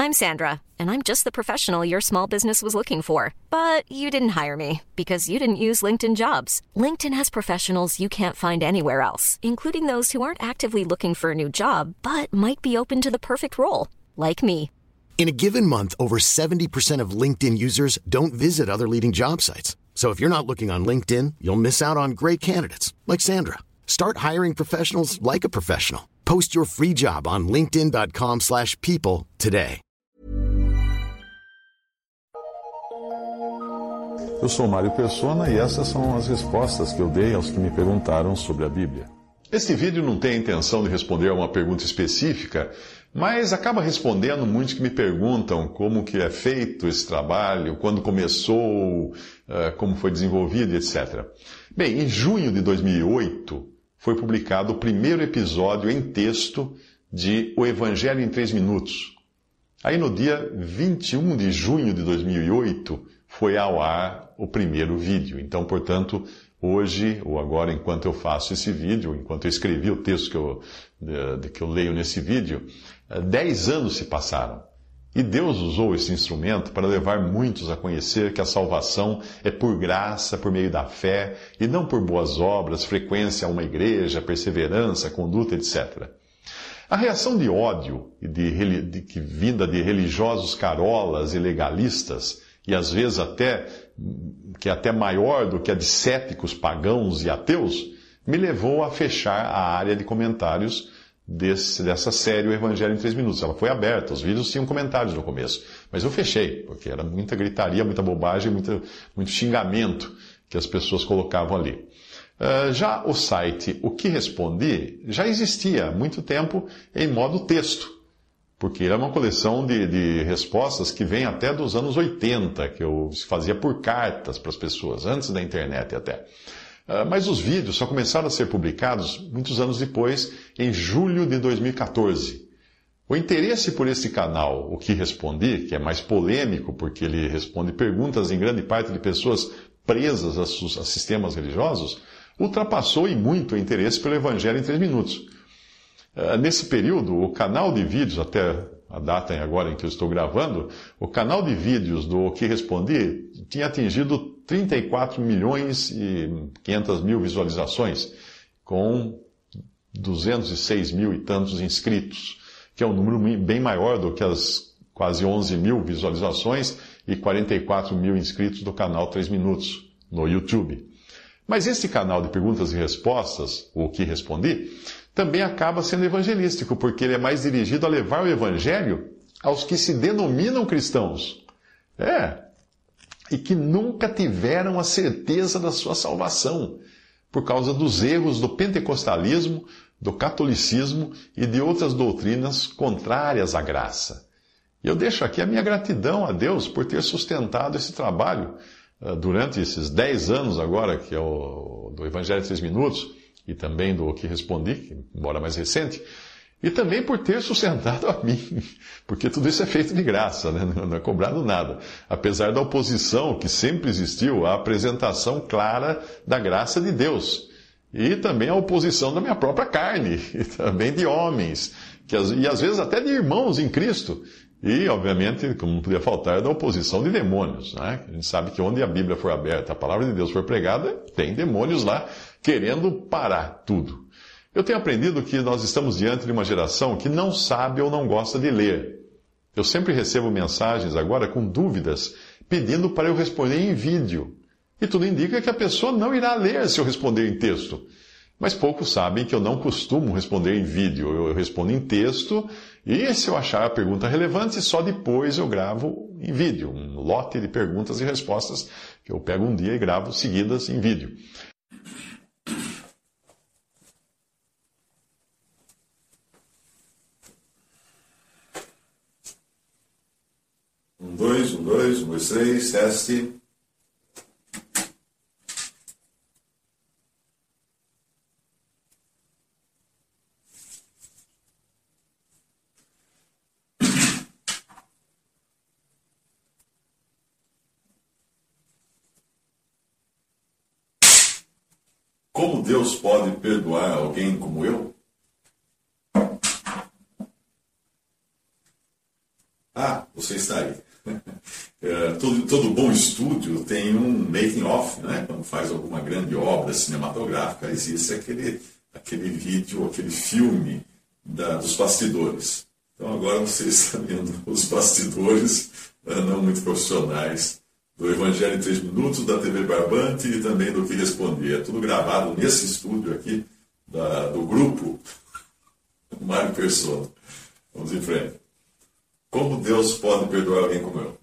I'm Sandra, and I'm just the professional your small business was looking for. But you didn't hire me because you didn't use LinkedIn Jobs. LinkedIn has professionals you can't find anywhere else, including those who aren't actively looking for a new job, but might be open to the perfect role, like me. In a given month, over 70% of LinkedIn users don't visit other leading job sites. So if you're not looking on LinkedIn, you'll miss out on great candidates like Sandra. Start hiring professionals like a professional. Post your free job on linkedin.com/people today. Eu sou Mário Persona e essas são as respostas que eu dei aos que me perguntaram sobre a Bíblia. Este vídeo não tem a intenção de responder a uma pergunta específica, mas acaba respondendo muitos que me perguntam como que é feito esse trabalho, quando começou, como foi desenvolvido, etc. Bem, em junho de 2008, foi publicado o primeiro episódio em texto de O Evangelho em 3 Minutos. Aí no dia 21 de junho de 2008, foi ao ar o primeiro vídeo. Então, portanto, hoje, ou agora, enquanto eu faço esse vídeo, enquanto eu escrevi o texto que eu leio nesse vídeo, 10 anos se passaram. E Deus usou esse instrumento para levar muitos a conhecer que a salvação é por graça, por meio da fé, e não por boas obras, frequência a uma igreja, perseverança, conduta, etc. A reação de ódio que vinda de religiosos carolas e legalistas, e às vezes até maior do que a de céticos pagãos e ateus, me levou a fechar a área de comentários dessa série O Evangelho em 3 Minutos. Ela foi aberta, os vídeos tinham comentários no começo, mas eu fechei, porque era muita gritaria, muita bobagem, muito xingamento que as pessoas colocavam ali. Já o site O Que Respondi já existia há muito tempo em modo texto, porque era uma coleção de respostas que vem até dos anos 80, que eu fazia por cartas para as pessoas, antes da internet até. Mas os vídeos só começaram a ser publicados muitos anos depois, em julho de 2014. O interesse por esse canal, O Que Respondi, que é mais polêmico porque ele responde perguntas em grande parte de pessoas presas a sistemas religiosos, ultrapassou em muito o interesse pelo Evangelho em 3 Minutos. Nesse período, o canal de vídeos, até a data agora em que eu estou gravando, o canal de vídeos do O Que Respondi tinha atingido 34 milhões e 500 mil visualizações, com 206 mil e tantos inscritos, que é um número bem maior do que as quase 11 mil visualizações e 44 mil inscritos do canal 3 Minutos, no YouTube. Mas esse canal de perguntas e respostas, O Que Respondi, também acaba sendo evangelístico, porque ele é mais dirigido a levar o evangelho aos que se denominam cristãos. E que nunca tiveram a certeza da sua salvação, por causa dos erros do pentecostalismo, do catolicismo e de outras doutrinas contrárias à graça. E eu deixo aqui a minha gratidão a Deus por ter sustentado esse trabalho durante esses 10 anos agora, que é do Evangelho em 3 Minutos, e também do Que Respondi, embora mais recente, e também por ter sustentado a mim, porque tudo isso é feito de graça, né? Não é cobrado nada. Apesar da oposição que sempre existiu à apresentação clara da graça de Deus, e também a oposição da minha própria carne, e também de homens, e às vezes até de irmãos em Cristo, e, obviamente, como não podia faltar, da oposição de demônios, né? A gente sabe que onde a Bíblia for aberta, a palavra de Deus for pregada, tem demônios lá querendo parar tudo. Eu tenho aprendido que nós estamos diante de uma geração que não sabe ou não gosta de ler. Eu sempre recebo mensagens agora com dúvidas, pedindo para eu responder em vídeo. E tudo indica que a pessoa não irá ler se eu responder em texto. Mas poucos sabem que eu não costumo responder em vídeo. Eu respondo em texto e, se eu achar a pergunta relevante, só depois eu gravo em vídeo. Um lote de perguntas e respostas que eu pego um dia e gravo seguidas em vídeo. Um, dois, três, teste. Como Deus pode perdoar alguém como eu? Ah, você está aí. Todo bom estúdio tem um making-of, né? Quando faz alguma grande obra cinematográfica, existe aquele vídeo, aquele filme dos bastidores. Então agora você está vendo os bastidores não muito profissionais do Evangelho em 3 Minutos, da TV Barbante e também do Que Respondia. É tudo gravado nesse estúdio aqui do grupo Mário Persona. Vamos em frente. Como Deus pode perdoar alguém como eu?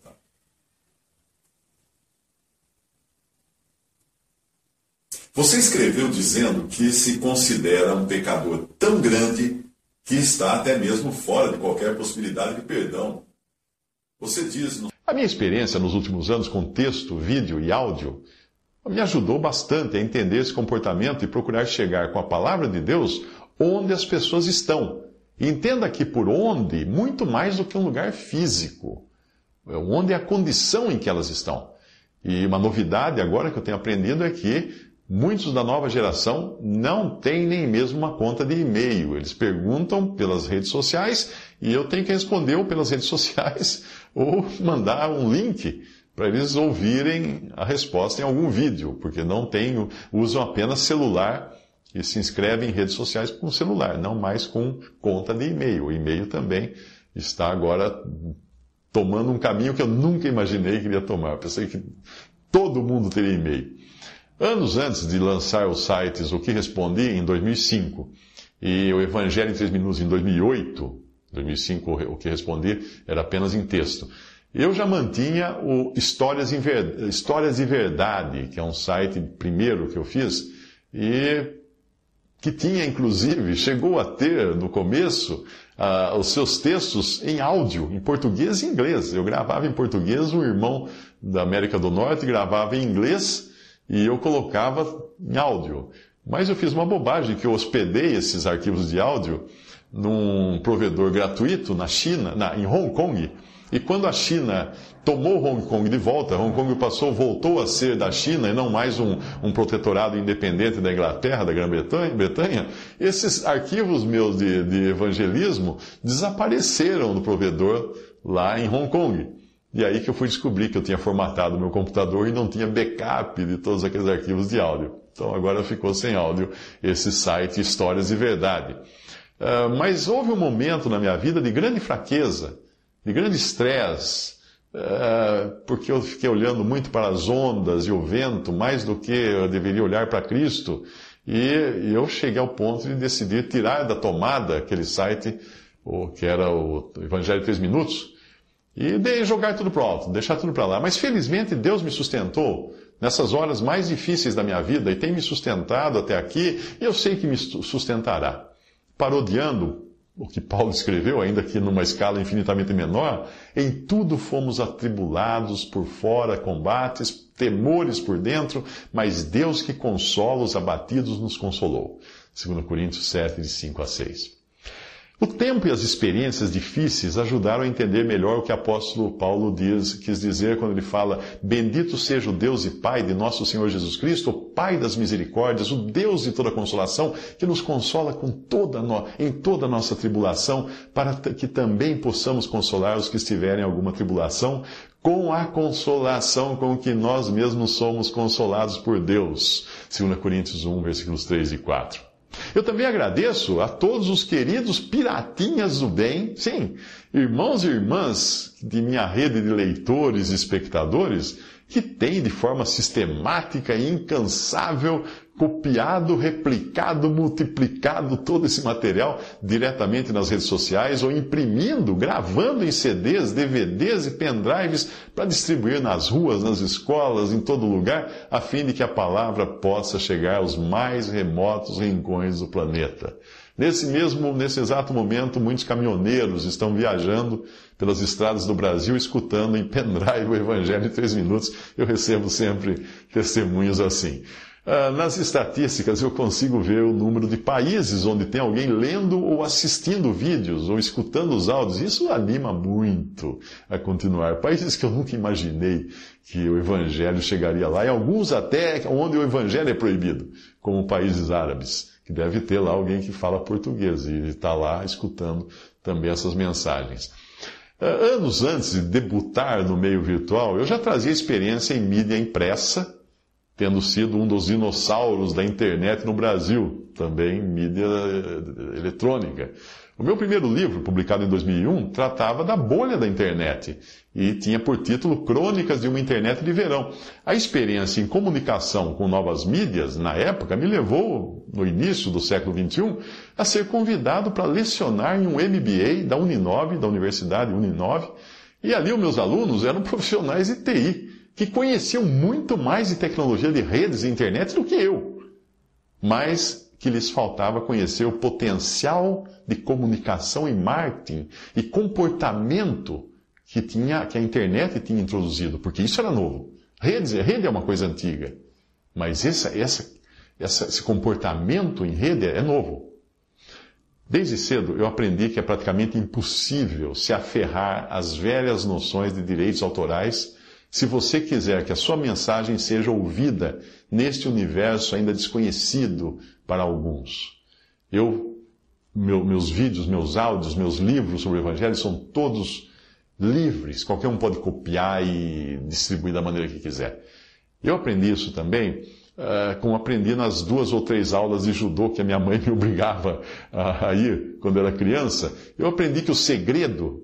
Você escreveu dizendo que se considera um pecador tão grande que está até mesmo fora de qualquer possibilidade de perdão. Você diz... A minha experiência nos últimos anos com texto, vídeo e áudio me ajudou bastante a entender esse comportamento e procurar chegar com a palavra de Deus onde as pessoas estão. E entenda que por onde, muito mais do que um lugar físico. Onde é a condição em que elas estão. E uma novidade agora que eu tenho aprendido é que muitos da nova geração não têm nem mesmo uma conta de e-mail. Eles perguntam pelas redes sociais e eu tenho que responder ou pelas redes sociais ou mandar um link para eles ouvirem a resposta em algum vídeo, porque usam apenas celular e se inscrevem em redes sociais com celular, não mais com conta de e-mail. O e-mail também está agora tomando um caminho que eu nunca imaginei que iria tomar. Eu pensei que todo mundo teria e-mail. Anos antes de lançar os sites O Que Respondi, em 2005, e o Evangelho em 3 Minutos em 2008, 2005 O Que Respondi era apenas em texto, eu já mantinha o Histórias de Verdade, que é um site primeiro que eu fiz, e que tinha, inclusive, chegou a ter, no começo, os seus textos em áudio, em português e inglês. Eu gravava em português, um irmão da América do Norte gravava em inglês, e eu colocava em áudio. Mas eu fiz uma bobagem, que eu hospedei esses arquivos de áudio num provedor gratuito na China, em Hong Kong. E quando a China tomou Hong Kong de volta, Hong Kong voltou a ser da China e não mais um protetorado independente da Inglaterra, da Grã-Bretanha, esses arquivos meus de evangelismo desapareceram do provedor lá em Hong Kong. E aí que eu fui descobrir que eu tinha formatado o meu computador e não tinha backup de todos aqueles arquivos de áudio. Então agora ficou sem áudio esse site Histórias de Verdade. Mas houve um momento na minha vida de grande fraqueza, de grande estresse, porque eu fiquei olhando muito para as ondas e o vento, mais do que eu deveria olhar para Cristo. E eu cheguei ao ponto de decidir tirar da tomada aquele site, que era o Evangelho em 3 Minutos, e jogar tudo para o alto, deixar tudo para lá. Mas felizmente Deus me sustentou nessas horas mais difíceis da minha vida e tem me sustentado até aqui, e eu sei que me sustentará. Parodiando o que Paulo escreveu, ainda que numa escala infinitamente menor, em tudo fomos atribulados por fora, combates, temores por dentro, mas Deus que consola os abatidos nos consolou. 2 Coríntios 7, de 5 a 6. O tempo e as experiências difíceis ajudaram a entender melhor o que o apóstolo Paulo quis dizer quando ele fala: bendito seja o Deus e Pai de nosso Senhor Jesus Cristo, o Pai das misericórdias, o Deus de toda consolação, que nos consola em toda a nossa tribulação, para que também possamos consolar os que estiverem em alguma tribulação, com a consolação com que nós mesmos somos consolados por Deus. 2 Coríntios 1, versículos 3 e 4. Eu também agradeço a todos os queridos piratinhas do bem, sim, irmãos e irmãs de minha rede de leitores e espectadores, que têm de forma sistemática e incansável copiado, replicado, multiplicado todo esse material diretamente nas redes sociais ou imprimindo, gravando em CDs, DVDs e pendrives para distribuir nas ruas, nas escolas, em todo lugar, a fim de que a palavra possa chegar aos mais remotos rincões do planeta. Nesse exato momento, muitos caminhoneiros estão viajando pelas estradas do Brasil, escutando em pendrive o Evangelho em 3 Minutos. Eu recebo sempre testemunhos assim. Nas estatísticas eu consigo ver o número de países onde tem alguém lendo ou assistindo vídeos ou escutando os áudios. Isso anima muito a continuar. Países que eu nunca imaginei que o Evangelho chegaria lá, e alguns até onde o Evangelho é proibido, como países árabes, que deve ter lá alguém que fala português e está lá escutando também essas mensagens. Anos antes de debutar no meio virtual, eu já trazia experiência em mídia impressa, tendo sido um dos dinossauros da internet no Brasil, também mídia eletrônica. O meu primeiro livro, publicado em 2001, tratava da bolha da internet e tinha por título Crônicas de uma Internet de Verão. A experiência em comunicação com novas mídias, na época, me levou, no início do século XXI, a ser convidado para lecionar em um MBA da Uninove, da Universidade Uninove, e ali os meus alunos eram profissionais de TI, que conheciam muito mais de tecnologia de redes e internet do que eu, mas que lhes faltava conhecer o potencial de comunicação e marketing e comportamento que a internet tinha introduzido, porque isso era novo. Rede é uma coisa antiga, mas esse comportamento em rede é novo. Desde cedo eu aprendi que é praticamente impossível se aferrar às velhas noções de direitos autorais se você quiser que a sua mensagem seja ouvida neste universo ainda desconhecido para alguns. Meus vídeos, meus áudios, meus livros sobre o Evangelho são todos livres. Qualquer um pode copiar e distribuir da maneira que quiser. Eu aprendi isso também, como aprendi nas 2 ou 3 aulas de judô que a minha mãe me obrigava a ir quando eu era criança. Eu aprendi que o segredo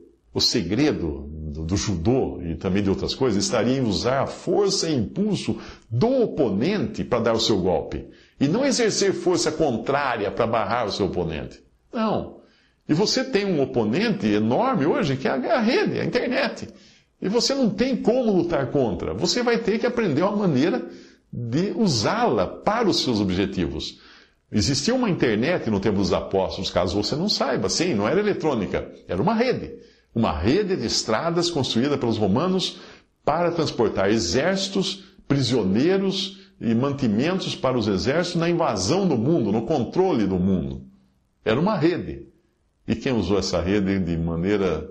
do judô e também de outras coisas estaria em usar a força e impulso do oponente para dar o seu golpe. E não exercer força contrária para barrar o seu oponente. Não. E você tem um oponente enorme hoje, que é a rede, a internet. E você não tem como lutar contra. Você vai ter que aprender uma maneira de usá-la para os seus objetivos. Existia uma internet no tempo dos apóstolos, caso você não saiba. Sim, não era eletrônica, era uma rede. Uma rede de estradas construída pelos romanos para transportar exércitos, prisioneiros e mantimentos para os exércitos na invasão do mundo, no controle do mundo. Era uma rede. E quem usou essa rede de maneira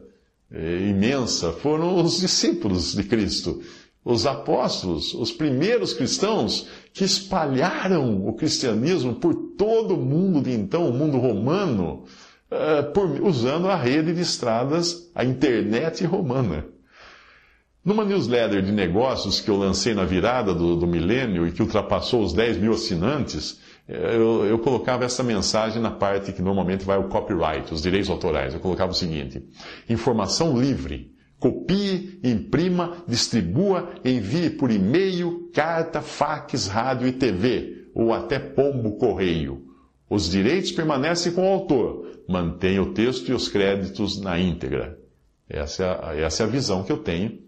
imensa foram os discípulos de Cristo, os apóstolos, os primeiros cristãos que espalharam o cristianismo por todo o mundo de então, o mundo romano, usando a rede de estradas, a internet romana. Numa newsletter de negócios que eu lancei na virada do milênio e que ultrapassou os 10 mil assinantes, eu colocava essa mensagem na parte que normalmente vai o copyright, os direitos autorais. Eu colocava o seguinte: informação livre. Copie, imprima, distribua, envie por e-mail, carta, fax, rádio e TV, ou até pombo correio. Os direitos permanecem com o autor. Mantenha o texto e os créditos na íntegra. Essa é a visão que eu tenho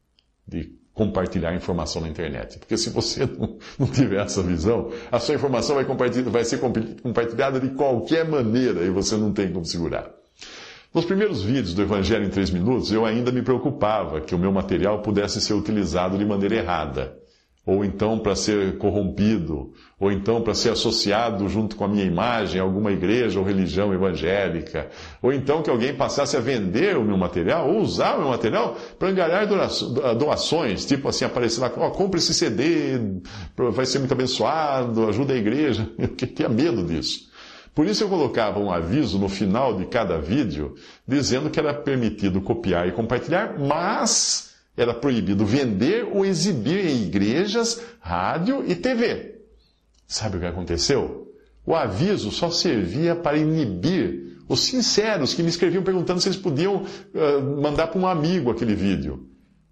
de compartilhar informação na internet. Porque se você não tiver essa visão, a sua informação vai ser compartilhada de qualquer maneira e você não tem como segurar. Nos primeiros vídeos do Evangelho em 3 minutos, eu ainda me preocupava que o meu material pudesse ser utilizado de maneira errada. Ou então para ser corrompido, ou então para ser associado junto com a minha imagem a alguma igreja ou religião evangélica, ou então que alguém passasse a vender o meu material, ou usar o meu material para angariar doações, tipo assim, aparecer lá, compre esse CD, vai ser muito abençoado, ajuda a igreja. Eu tinha medo disso. Por isso eu colocava um aviso no final de cada vídeo, dizendo que era permitido copiar e compartilhar, mas era proibido vender ou exibir em igrejas, rádio e TV. Sabe o que aconteceu? O aviso só servia para inibir os sinceros que me escreviam perguntando se eles podiam mandar para um amigo aquele vídeo.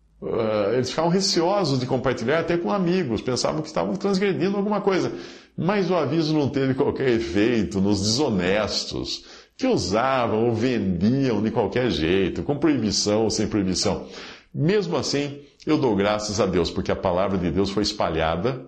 Eles ficavam receosos de compartilhar até com amigos, pensavam que estavam transgredindo alguma coisa. Mas o aviso não teve qualquer efeito nos desonestos, que usavam ou vendiam de qualquer jeito, com proibição ou sem proibição. Mesmo assim, eu dou graças a Deus, porque a palavra de Deus foi espalhada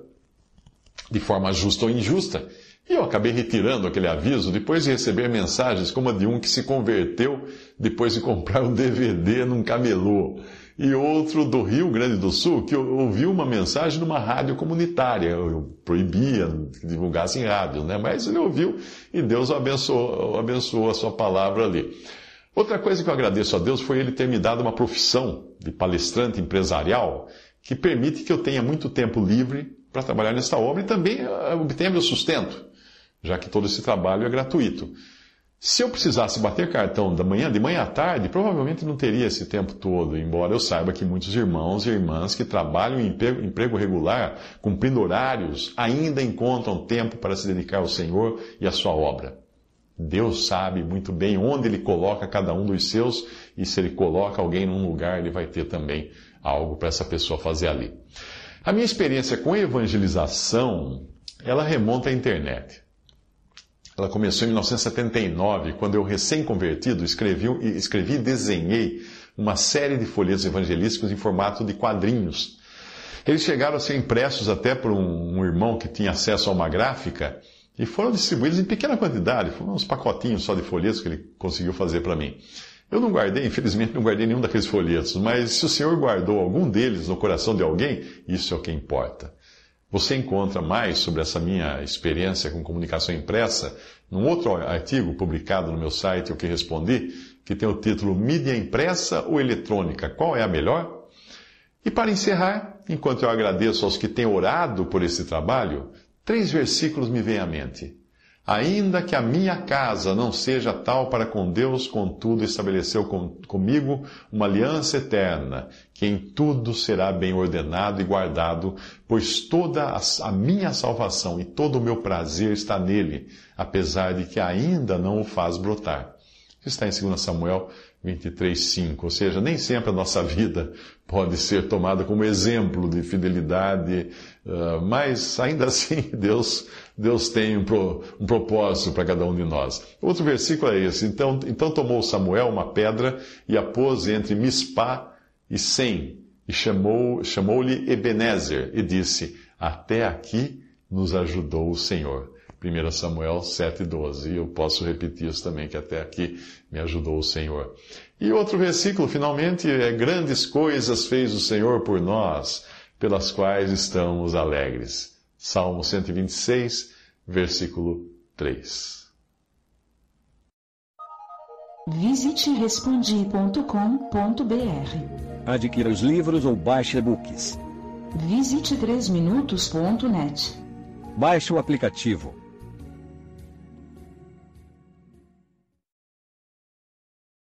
de forma justa ou injusta. E eu acabei retirando aquele aviso depois de receber mensagens como a de um que se converteu depois de comprar um DVD num camelô. E outro do Rio Grande do Sul que ouviu uma mensagem numa rádio comunitária. Eu proibia que divulgasse em rádio, né? Mas ele ouviu e Deus abençoou a sua palavra ali. Outra coisa que eu agradeço a Deus foi Ele ter me dado uma profissão de palestrante empresarial que permite que eu tenha muito tempo livre para trabalhar nesta obra e também obtenha meu sustento, já que todo esse trabalho é gratuito. Se eu precisasse bater cartão de manhã à tarde, provavelmente não teria esse tempo todo, embora eu saiba que muitos irmãos e irmãs que trabalham em emprego regular, cumprindo horários, ainda encontram tempo para se dedicar ao Senhor e à sua obra. Deus sabe muito bem onde Ele coloca cada um dos seus, e se Ele coloca alguém num lugar, Ele vai ter também algo para essa pessoa fazer ali. A minha experiência com evangelização, ela remonta à internet. Ela começou em 1979, quando eu, recém-convertido, escrevi e desenhei uma série de folhetos evangelísticos em formato de quadrinhos. Eles chegaram a ser impressos até por um irmão que tinha acesso a uma gráfica e foram distribuídos em pequena quantidade. Foram uns pacotinhos só de folhetos que ele conseguiu fazer para mim. Eu não guardei, infelizmente não guardei nenhum daqueles folhetos, mas se o Senhor guardou algum deles no coração de alguém, isso é o que importa. Você encontra mais sobre essa minha experiência com comunicação impressa num outro artigo publicado no meu site, O que Respondi, que tem o título Mídia Impressa ou Eletrônica, qual é a melhor? E para encerrar, enquanto eu agradeço aos que têm orado por esse trabalho, 3 versículos me vêm à mente. Ainda que a minha casa não seja tal para com Deus, contudo estabeleceu comigo uma aliança eterna, que em tudo será bem ordenado e guardado, pois toda a minha salvação e todo o meu prazer está nele, apesar de que ainda não o faz brotar. Isso está em 2 Samuel 23:5, ou seja, nem sempre a nossa vida pode ser tomada como exemplo de fidelidade, mas ainda assim Deus tem um propósito para cada um de nós. Outro versículo é esse. Então tomou Samuel uma pedra e a pôs entre Mispá e Sem, e chamou-lhe Ebenezer, e disse, até aqui nos ajudou o Senhor. 1 Samuel 7:12. E eu posso repetir isso também, que até aqui me ajudou o Senhor. E outro versículo, finalmente, é grandes coisas fez o Senhor por nós, pelas quais estamos alegres. Salmo 126, versículo 3. Visite respondi.com.br. Adquira os livros ou baixe e-books. Visite 3minutos.net. Baixe o aplicativo